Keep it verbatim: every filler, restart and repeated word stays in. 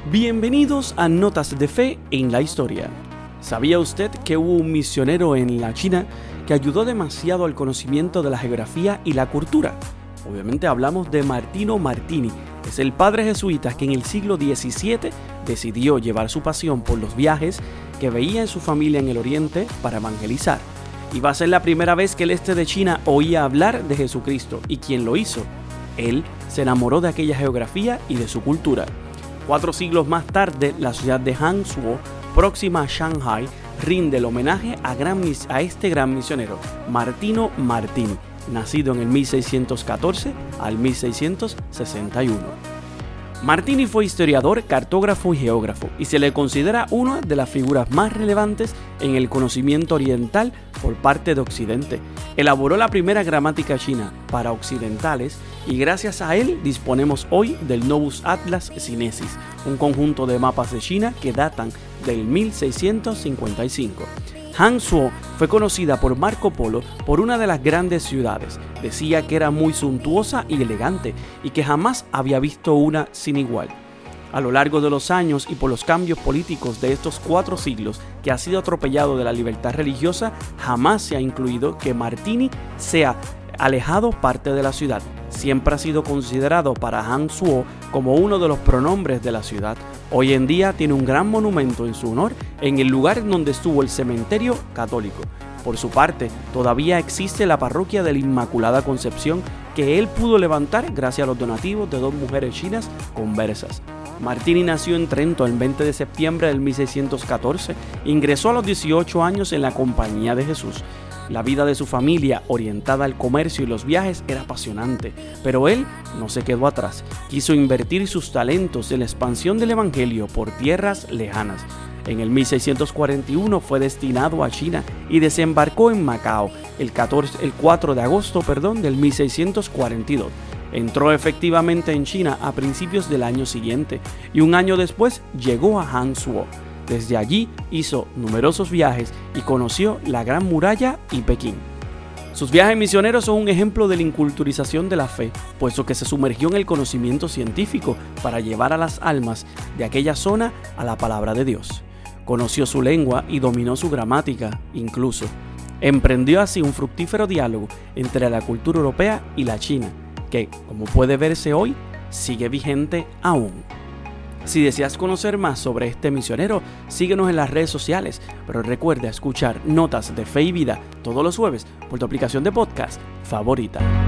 Bienvenidos a Notas de Fe en la Historia. ¿Sabía usted que hubo un misionero en la China que ayudó demasiado al conocimiento de la geografía y la cultura? Obviamente hablamos de Martino Martini. Es el padre jesuita que en el siglo diecisiete decidió llevar su pasión por los viajes que veía en su familia en el Oriente para evangelizar. Iba a ser la primera vez que el este de China oía hablar de Jesucristo. ¿Y quién lo hizo? Él se enamoró de aquella geografía y de su cultura. Cuatro siglos más tarde, la ciudad de Hangzhou, próxima a Shanghai, rinde el homenaje a, gran, a este gran misionero, Martino Martini, nacido en el mil seiscientos catorce al mil seiscientos sesenta y uno. Martini fue historiador, cartógrafo y geógrafo, y se le considera una de las figuras más relevantes en el conocimiento oriental por parte de Occidente. Elaboró la primera gramática china para occidentales y gracias a él disponemos hoy del Novus Atlas Sinensis, un conjunto de mapas de China que datan del mil seiscientos cincuenta y cinco. Hangzhou fue conocida por Marco Polo por una de las grandes ciudades. Decía que era muy suntuosa y elegante y que jamás había visto una sin igual. A lo largo de los años y por los cambios políticos de estos cuatro siglos que ha sido atropellado de la libertad religiosa, jamás se ha incluido que Martini sea alejado parte de la ciudad. Siempre ha sido considerado para Hangzhou como uno de los pronombres de la ciudad. Hoy en día tiene un gran monumento en su honor en el lugar en donde estuvo el cementerio católico. Por su parte, todavía existe la parroquia de la Inmaculada Concepción que él pudo levantar gracias a los donativos de dos mujeres chinas conversas. Martini nació en Trento el veinte de septiembre del mil seiscientos catorce. Ingresó a los dieciocho años en la Compañía de Jesús. La vida de su familia, orientada al comercio y los viajes, era apasionante, pero él no se quedó atrás. Quiso invertir sus talentos en la expansión del evangelio por tierras lejanas. En el mil seiscientos cuarenta y uno fue destinado a China y desembarcó en Macao el, catorce, el cuatro de agosto perdón, del mil seiscientos cuarenta y dos. Entró efectivamente en China a principios del año siguiente y un año después llegó a Hangzhou. Desde allí hizo numerosos viajes y conoció la Gran Muralla y Pekín. Sus viajes misioneros son un ejemplo de la inculturización de la fe, puesto que se sumergió en el conocimiento científico para llevar a las almas de aquella zona a la palabra de Dios. Conoció su lengua y dominó su gramática, incluso. Emprendió así un fructífero diálogo entre la cultura europea y la china, que, como puede verse hoy, sigue vigente aún. Si deseas conocer más sobre este misionero, síguenos en las redes sociales, pero recuerda escuchar Notas de Fe y Vida todos los jueves por tu aplicación de podcast favorita.